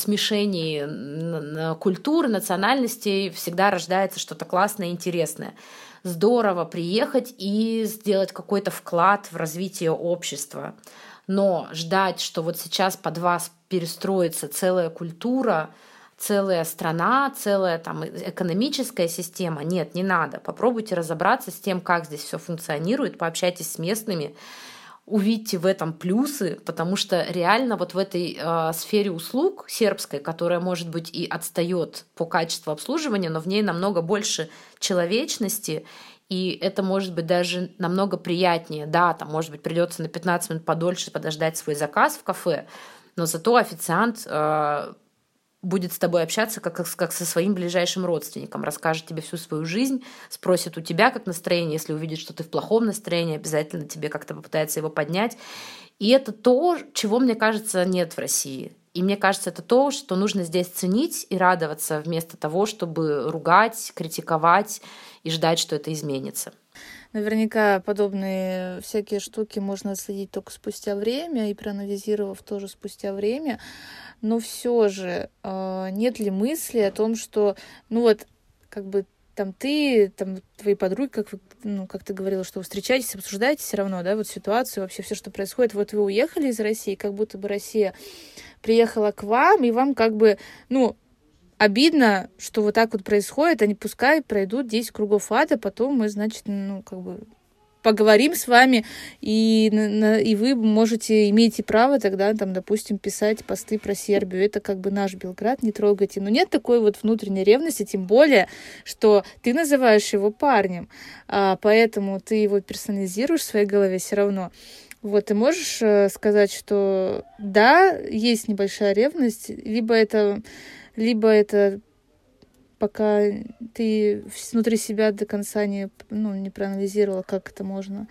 смешении культур, национальностей всегда рождается что-то классное и интересное. Здорово приехать и сделать какой-то вклад в развитие общества. Но ждать, что вот сейчас под вас перестроится целая культура, целая страна, целая там экономическая система, нет, не надо. Попробуйте разобраться с тем, как здесь все функционирует, пообщайтесь с местными, увидьте в этом плюсы, потому что реально вот в этой э, сфере услуг сербской, которая, может быть, и отстает по качеству обслуживания, но в ней намного больше человечности, и это может быть даже намного приятнее. Да, там, может быть, придется на пятнадцать минут подольше подождать свой заказ в кафе, но зато официант э, будет с тобой общаться как, как со своим ближайшим родственником, расскажет тебе всю свою жизнь, спросит у тебя, как настроение, если увидит, что ты в плохом настроении, обязательно тебе как-то попытается его поднять. И это то, чего, мне кажется, нет в России. И мне кажется, это то, что нужно здесь ценить и радоваться вместо того, чтобы ругать, критиковать и ждать, что это изменится. Наверняка подобные всякие штуки можно отследить только спустя время и проанализировав тоже спустя время. Но все же э, нет ли мысли о том, что, ну вот, как бы там ты, там твои подруги, как, вы, ну, как ты говорила, что вы встречаетесь, обсуждаете все равно, да, вот ситуацию, вообще все, что происходит. Вот вы уехали из России, как будто бы Россия приехала к вам, и вам как бы, ну, обидно, что вот так вот происходит, они пускай пройдут десять кругов ада, потом мы, значит, ну, как бы поговорим с вами, и, и вы можете, имеете право тогда, там, допустим, писать посты про Сербию. Это как бы наш Белград, не трогайте. Но нет такой вот внутренней ревности, тем более, что ты называешь его парнем, а, поэтому ты его персонализируешь в своей голове все равно. Вот, ты можешь сказать, что да, есть небольшая ревность, либо это, либо это пока ты внутри себя до конца не, ну, не проанализировала, как это можно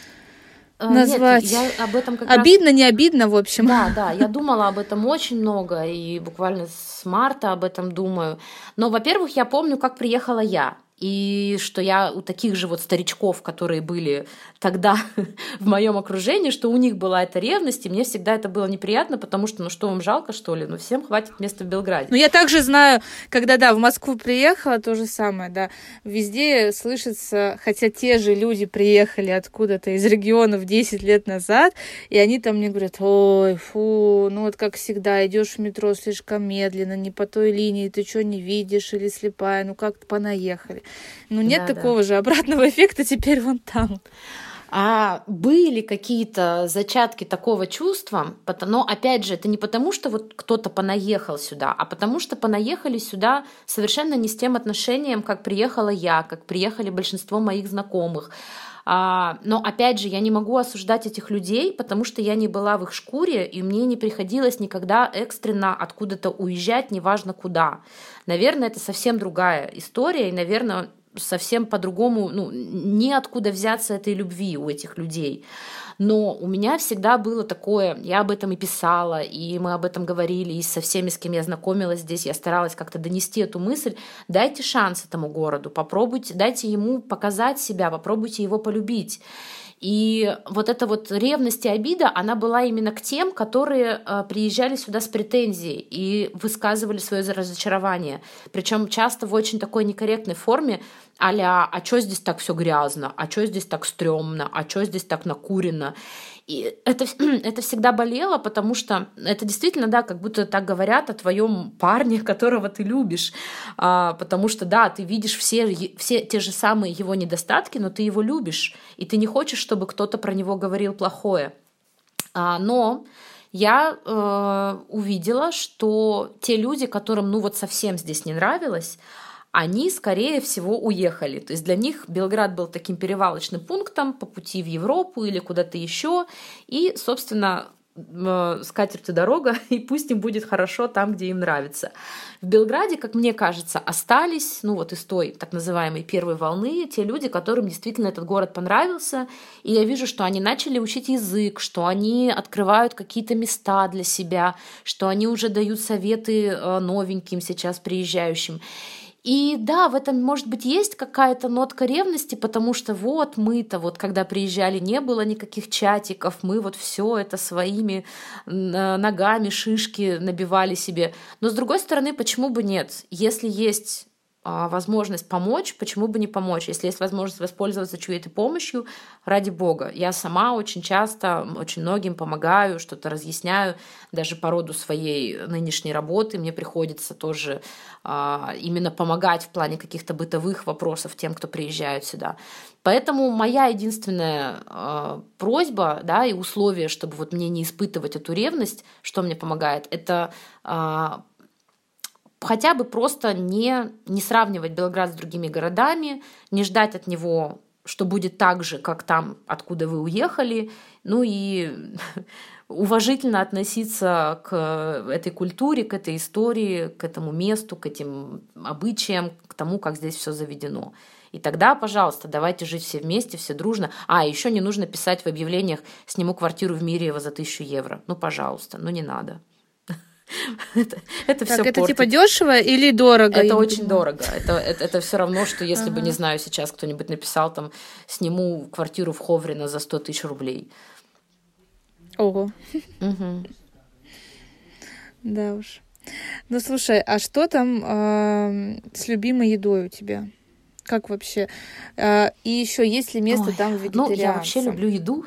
а, назвать. Нет, я об этом как обидно, раз... не обидно, в общем. Да, да, я думала об этом очень много, и буквально с марта об этом думаю. Но, во-первых, я помню, как приехала я. И что я у таких же вот старичков, которые были тогда в моем окружении, что у них была эта ревность, и мне всегда это было неприятно, потому что, ну что, вам жалко, что ли? Ну всем хватит места в Белграде. Ну я также знаю, когда, да, в Москву приехала, то же самое, да, везде слышится, хотя те же люди приехали откуда-то из регионов десять лет назад, и они там мне говорят: ой, фу, ну вот как всегда, идешь в метро слишком медленно, не по той линии, ты что, не видишь или слепая, ну как-то понаехали. Ну, нет да, такого да. же обратного эффекта, теперь вон там. А были какие-то зачатки такого чувства, но, опять же, это не потому, что вот кто-то понаехал сюда, а потому что понаехали сюда совершенно не с тем отношением, как приехала я, как приехали большинство моих знакомых. Но, опять же, я не могу осуждать этих людей, потому что я не была в их шкуре, и мне не приходилось никогда экстренно откуда-то уезжать, неважно куда. Наверное, это совсем другая история, и, наверное, совсем по-другому, ну, неоткуда взяться этой любви у этих людей. Но у меня всегда было такое, я об этом и писала, и мы об этом говорили, и со всеми, с кем я знакомилась здесь, я старалась как-то донести эту мысль. Дайте шанс этому городу, попробуйте, дайте ему показать себя, попробуйте его полюбить. И вот эта вот ревность и обида, она была именно к тем, которые э, приезжали сюда с претензией и высказывали свое разочарование. Причем часто в очень такой некорректной форме, а-ля: а чё здесь так все грязно, а чё здесь так стрёмно, а чё здесь так накурено. И это, это всегда болело, потому что это действительно, да, как будто так говорят о твоем парне, которого ты любишь. А, потому что, да, ты видишь все, все те же самые его недостатки, но ты его любишь, и ты не хочешь, чтобы кто-то про него говорил плохое. А, но я э, увидела, что те люди, которым ну вот совсем здесь не нравилось, они, скорее всего, уехали. То есть для них Белград был таким перевалочным пунктом по пути в Европу или куда-то еще. И, собственно, с катертью дорога, и пусть им будет хорошо там, где им нравится. В Белграде, как мне кажется, остались, ну вот из той так называемой первой волны, те люди, которым действительно этот город понравился. И я вижу, что они начали учить язык, что они открывают какие-то места для себя, что они уже дают советы новеньким сейчас приезжающим. И да, в этом, может быть, есть какая-то нотка ревности, потому что вот мы-то, вот когда приезжали, не было никаких чатиков, мы вот все это своими ногами, шишки набивали себе. Но с другой стороны, почему бы нет? Если есть возможность помочь, почему бы не помочь? Если есть возможность воспользоваться чьей-то помощью, ради бога. Я сама очень часто, очень многим помогаю, что-то разъясняю, даже по роду своей нынешней работы мне приходится тоже а, именно помогать в плане каких-то бытовых вопросов тем, кто приезжает сюда. Поэтому моя единственная а, просьба, да, и условие, чтобы вот мне не испытывать эту ревность, что мне помогает, это а, хотя бы просто не, не сравнивать Белград с другими городами, не ждать от него, что будет так же, как там, откуда вы уехали, ну и уважительно относиться к этой культуре, к этой истории, к этому месту, к этим обычаям, к тому, как здесь все заведено. И тогда, пожалуйста, давайте жить все вместе, все дружно. А, еще не нужно писать в объявлениях «сниму квартиру в Миреево за тысячу евро». Ну, пожалуйста, ну не надо. Это, это так, все это портит. Типа дешево или дорого? Это очень думаю. дорого. Это, это, это все равно, что если ага. бы, не знаю, сейчас кто-нибудь написал там «сниму квартиру в Ховрино за сто тысяч рублей». Ого. Угу. Да уж. Ну, слушай, а что там э, с любимой едой у тебя? Как вообще? Э, и еще есть ли место Ой, там вегетарианцам? Ну, я вообще люблю еду.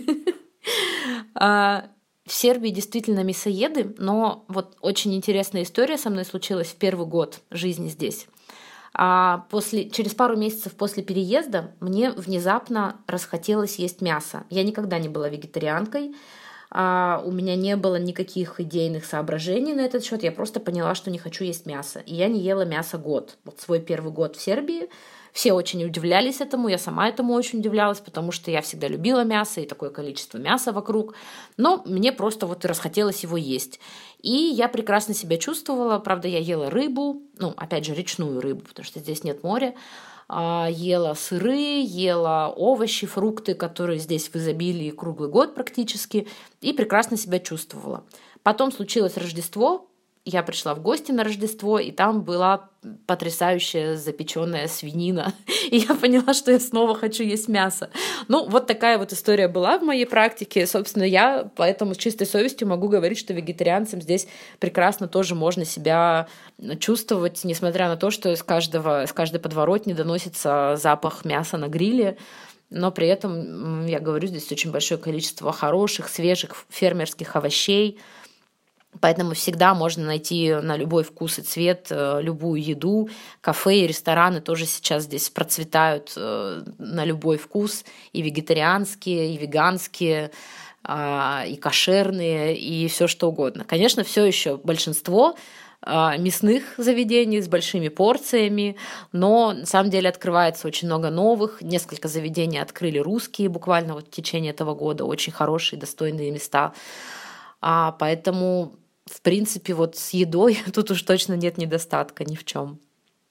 В Сербии действительно мясоеды, но вот очень интересная история со мной случилась в первый год жизни здесь. А после, через пару месяцев после переезда мне внезапно расхотелось есть мясо. Я никогда не была вегетарианкой, а у меня не было никаких идейных соображений на этот счет. Я просто поняла, что не хочу есть мясо. И я не ела мясо год. Вот свой первый год в Сербии. Все очень удивлялись этому, я сама этому очень удивлялась, потому что я всегда любила мясо и такое количество мяса вокруг, но мне просто вот расхотелось его есть. И я прекрасно себя чувствовала, правда, я ела рыбу, ну, опять же, речную рыбу, потому что здесь нет моря, ела сыры, ела овощи, фрукты, которые здесь в изобилии круглый год практически, и прекрасно себя чувствовала. Потом случилось Рождество. Я пришла в гости на Рождество, и там была потрясающая запеченная свинина. И я поняла, что я снова хочу есть мясо. Ну, вот такая вот история была в моей практике. Собственно, я поэтому с чистой совестью могу говорить, что вегетарианцам здесь прекрасно тоже можно себя чувствовать, несмотря на то, что из каждого, из каждой подворотни доносится запах мяса на гриле. Но при этом, я говорю, здесь очень большое количество хороших, свежих фермерских овощей. Поэтому всегда можно найти на любой вкус и цвет любую еду. Кафе и рестораны тоже сейчас здесь процветают на любой вкус. И вегетарианские, и веганские, и кошерные, и все что угодно. Конечно, все еще большинство мясных заведений с большими порциями, но на самом деле открывается очень много новых. Несколько заведений открыли русские буквально вот в течение этого года. Очень хорошие, достойные места. А поэтому, в принципе, вот с едой тут уж точно нет недостатка ни в чем.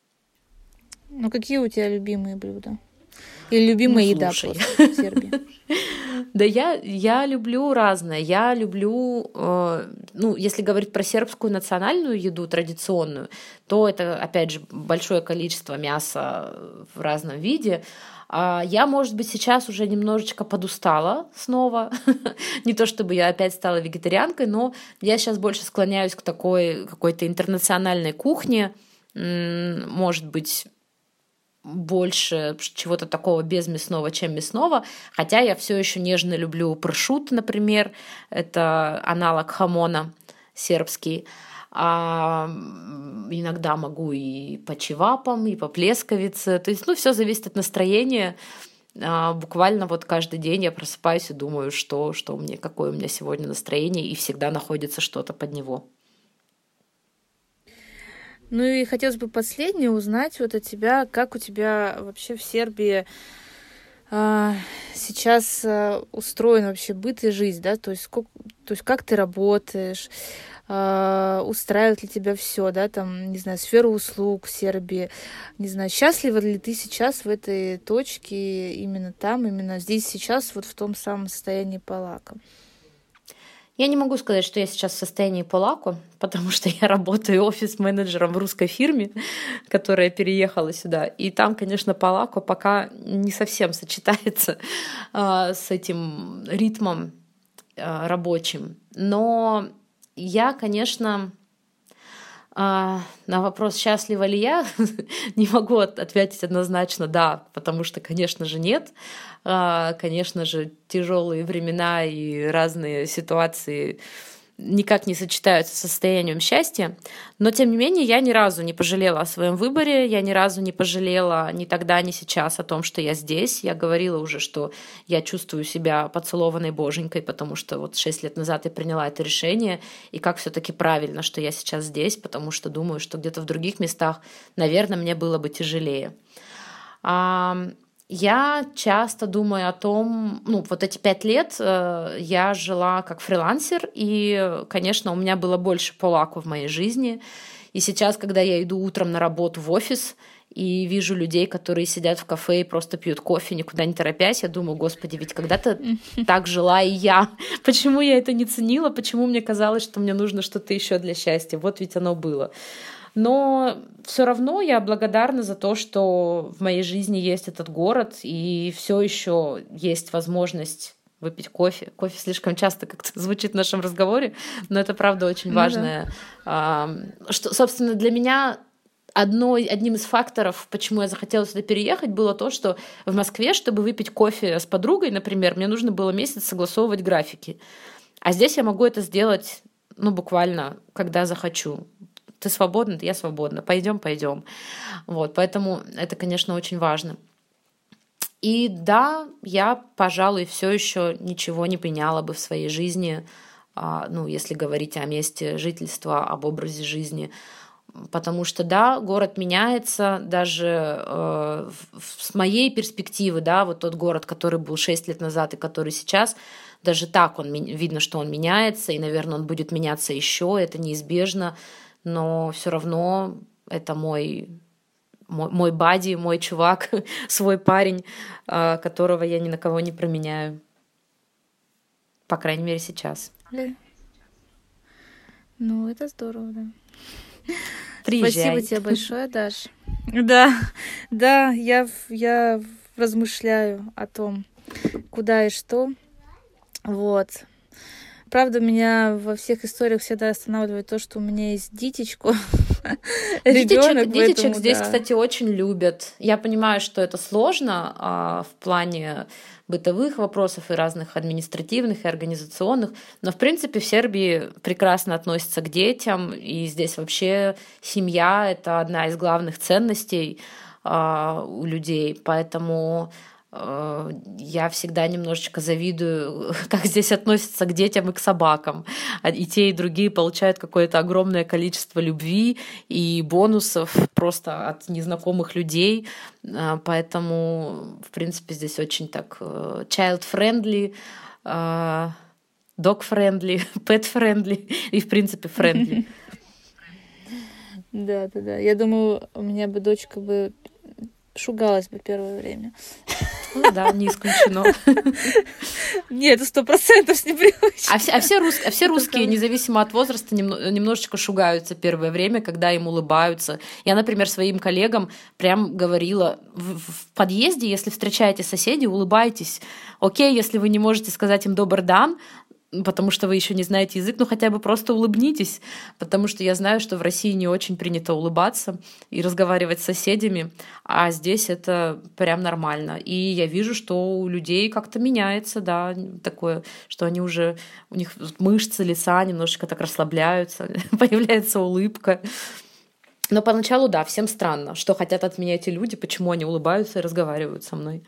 Ну, какие у тебя любимые блюда? Или любимая ну, еда просто в Сербии? Да я, я люблю разное. Я люблю, э, ну, если говорить про сербскую национальную еду, традиционную, то это, опять же, большое количество мяса в разном виде. А я, может быть, сейчас уже немножечко подустала снова. Не то чтобы я опять стала вегетарианкой, но я сейчас больше склоняюсь к такой какой-то интернациональной кухне. Может быть, больше чего-то такого без мясного, чем мясного, хотя я все еще нежно люблю прошут, например, это аналог хамона сербский. А иногда могу и по чевапам, и по плесковице. То есть, ну, все зависит от настроения. А, буквально вот каждый день я просыпаюсь и думаю, что, что у меня, какое у меня сегодня настроение, и всегда находится что-то под него. Ну и хотелось бы последнее узнать вот от тебя, как у тебя вообще в Сербии а, сейчас а, устроен вообще быт и жизнь, да, то есть, сколько, то есть как ты работаешь, а, устраивает ли тебя все, да, там, не знаю, сферу услуг в Сербии, не знаю, счастлива ли ты сейчас в этой точке, именно там, именно здесь, сейчас, вот в том самом состоянии Палака? Я не могу сказать, что я сейчас в состоянии Палако, потому что я работаю офис-менеджером в русской фирме, которая переехала сюда. И там, конечно, Палако пока не совсем сочетается э, с этим ритмом э, рабочим. Но я, конечно, э, на вопрос, счастлива ли я, не могу ответить однозначно «да», потому что, конечно же, нет. Конечно же, тяжелые времена и разные ситуации никак не сочетаются с состоянием счастья. Но, тем не менее, я ни разу не пожалела о своем выборе, я ни разу не пожалела ни тогда, ни сейчас о том, что я здесь. Я говорила уже, что я чувствую себя поцелованной боженькой, потому что вот шесть лет назад я приняла это решение, и как все-таки правильно, что я сейчас здесь, потому что думаю, что где-то в других местах, наверное, мне было бы тяжелее. Я часто думаю о том, ну, вот эти пять лет э, я жила как фрилансер, и, конечно, у меня было больше Палако в моей жизни. И сейчас, когда я иду утром на работу в офис и вижу людей, которые сидят в кафе и просто пьют кофе, никуда не торопясь, я думаю, господи, ведь когда-то так жила и я. Почему я это не ценила? Почему мне казалось, что мне нужно что-то еще для счастья? Вот ведь оно было. Но все равно я благодарна за то, что в моей жизни есть этот город, и все еще есть возможность выпить кофе. Кофе слишком часто как-то звучит в нашем разговоре, но это правда очень важное. Mm-hmm. Что, собственно, для меня одной, одним из факторов, почему я захотела сюда переехать, было то, что в Москве, чтобы выпить кофе с подругой, например, мне нужно было месяц согласовывать графики. А здесь я могу это сделать, ну, буквально, когда захочу. Ты свободна, я свободна. Пойдем, пойдем. Вот, поэтому это, конечно, очень важно. И да, я, пожалуй, все еще ничего не поменяла бы в своей жизни, ну, если говорить о месте жительства, об образе жизни. Потому что, да, город меняется, даже э, с моей перспективы, да, вот тот город, который был шесть лет назад и который сейчас, даже так он, видно, что он меняется, и, наверное, он будет меняться еще, это неизбежно. Но все равно это мой, мой, мой бадди, мой чувак, свой парень, которого я ни на кого не променяю. По крайней мере, сейчас. Ну, это здорово, да. Приезжай. Спасибо тебе большое, Даш. Да, да, я, я размышляю о том, куда и что. Вот. Правда, меня во всех историях всегда останавливает то, что у меня есть дитечку. Дитячек, дитячек здесь, да. Кстати, очень любят. Я понимаю, что это сложно а, в плане бытовых вопросов и разных административных и организационных, но, в принципе, в Сербии прекрасно относятся к детям, и здесь вообще семья — это одна из главных ценностей а, у людей, поэтому я всегда немножечко завидую, как здесь относятся к детям и к собакам. И те, и другие получают какое-то огромное количество любви и бонусов просто от незнакомых людей. Поэтому, в принципе, здесь очень так child-friendly, dog-friendly, pet-friendly и, в принципе, friendly. Да, да, да. Я думаю, у меня бы дочка бы шугалась бы первое время. Ну да, не исключено. Нет, это сто процентов с непривычно. А все, а все, рус, а все русские, независимо от возраста, немножечко шугаются первое время, когда им улыбаются. Я, например, своим коллегам прям говорила, в, в подъезде, если встречаете соседей, улыбайтесь. Окей, если вы не можете сказать им «добр дан», потому что вы еще не знаете язык, ну хотя бы просто улыбнитесь, потому что я знаю, что в России не очень принято улыбаться и разговаривать с соседями, а здесь это прям нормально. И я вижу, что у людей как-то меняется, да, такое, что они уже, у них мышцы лица немножечко так расслабляются, появляется улыбка. Но поначалу, да, всем странно, что хотят от меня эти люди, почему они улыбаются и разговаривают со мной.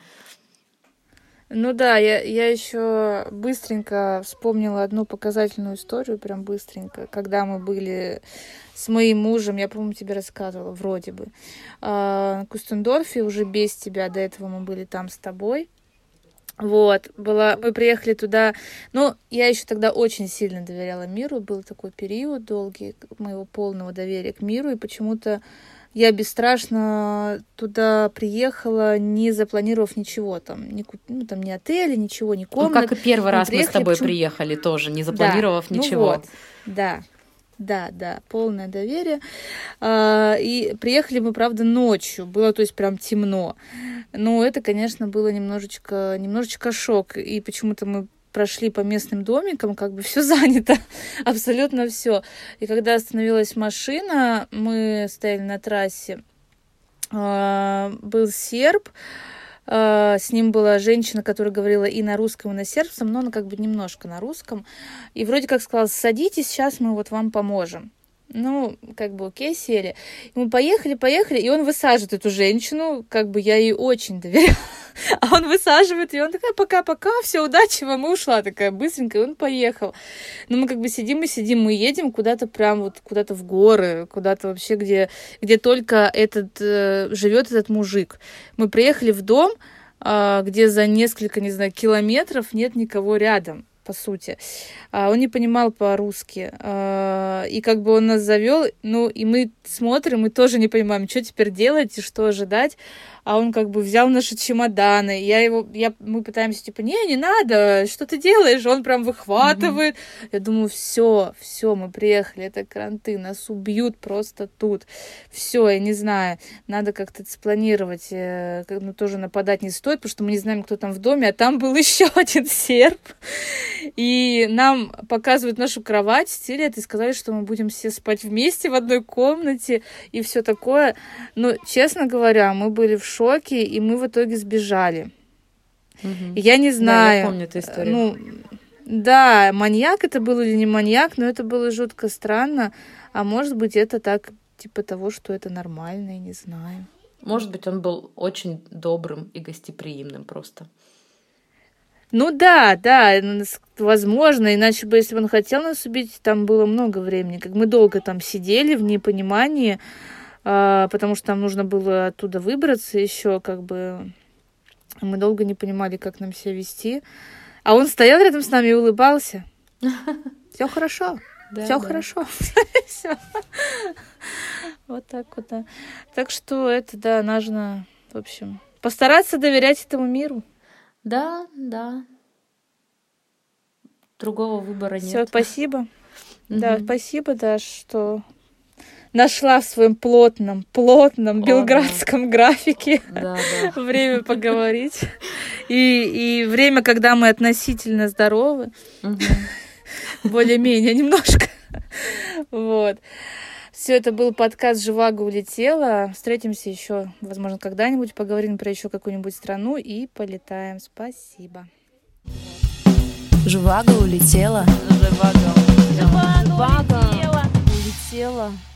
Ну да, я, я еще быстренько вспомнила одну показательную историю, прям быстренько, когда мы были с моим мужем, я, по-моему, тебе рассказывала, вроде бы, в Кустендорфе, уже без тебя, до этого мы были там с тобой. Вот, была, мы приехали туда, ну, я еще тогда очень сильно доверяла миру, был такой период долгий моего полного доверия к миру, и почему-то я бесстрашно туда приехала, не запланировав ничего там, ни, ну, там, ни отеля, ничего, ни комнат. Ну, как и первый мы раз мы с тобой почему... приехали тоже, не запланировав да, ничего. Ну вот, да. Да, да, полное доверие. А, и приехали мы, правда, ночью. Было, то есть, прям темно. Но это, конечно, было немножечко, немножечко шок. И почему-то мы прошли по местным домикам, как бы все занято, абсолютно все. И когда остановилась машина, мы стояли на трассе, а, был серб, с ним была женщина, которая говорила и на русском, и на сербском, но она как бы немножко на русском. И вроде как сказала: садитесь, сейчас мы вот вам поможем. Ну, как бы окей, сели. И мы поехали, поехали, и он высаживает эту женщину, как бы я ей очень доверяла. А он высаживает ее, он такая: пока-пока, все, удачи вам, и ушла такая быстренько, и он поехал. Но мы как бы сидим и сидим, мы едем куда-то прям вот, куда-то в горы, куда-то вообще, где, где только этот, э, живет этот мужик. Мы приехали в дом, э, где за несколько, не знаю, километров нет никого рядом, по сути. А он не понимал по-русски. А, и как бы он нас завел, ну, и мы смотрим, и тоже не понимаем, что теперь делать и что ожидать. А он как бы взял наши чемоданы. Я его, я, мы пытаемся, типа: не, не надо, что ты делаешь? Он прям выхватывает. Mm-hmm. Я думаю, все, все, мы приехали, это кранты, нас убьют просто тут. Все, я не знаю, надо как-то это спланировать. Ну, тоже нападать не стоит, потому что мы не знаем, кто там в доме, а там был еще один серб. И нам показывают нашу кровать, стелят и сказали, что мы будем все спать вместе в одной комнате и все такое. Но, честно говоря, мы были в шоке, и мы в итоге сбежали. Угу. Я не знаю. Да, я помню эту историю. Ну, да, маньяк это был или не маньяк, но это было жутко странно. А может быть, это так, типа того, что это нормально, я не знаю. Может быть, он был очень добрым и гостеприимным просто. Ну да, да, возможно, иначе бы, если бы он хотел нас убить, там было много времени. Как мы долго там сидели в непонимании, а, потому что нам нужно было оттуда выбраться еще, как бы мы долго не понимали, как нам себя вести. А он стоял рядом с нами и улыбался. Все хорошо, все хорошо. Вот так вот, да. Так что это, да, нужно, в общем, постараться доверять этому миру. Да, да. Другого выбора нет. Все, спасибо. Да, спасибо, да, что нашла в своем плотном, плотном белградском графике время поговорить. И, и время, когда мы относительно здоровы. Более-менее немножко. Вот. Все, это был подкаст «Живаго улетела». Встретимся еще, возможно, когда-нибудь. Поговорим про еще какую-нибудь страну и полетаем. Спасибо. Живаго улетела. Живаго. Живаго улетела. Улетела.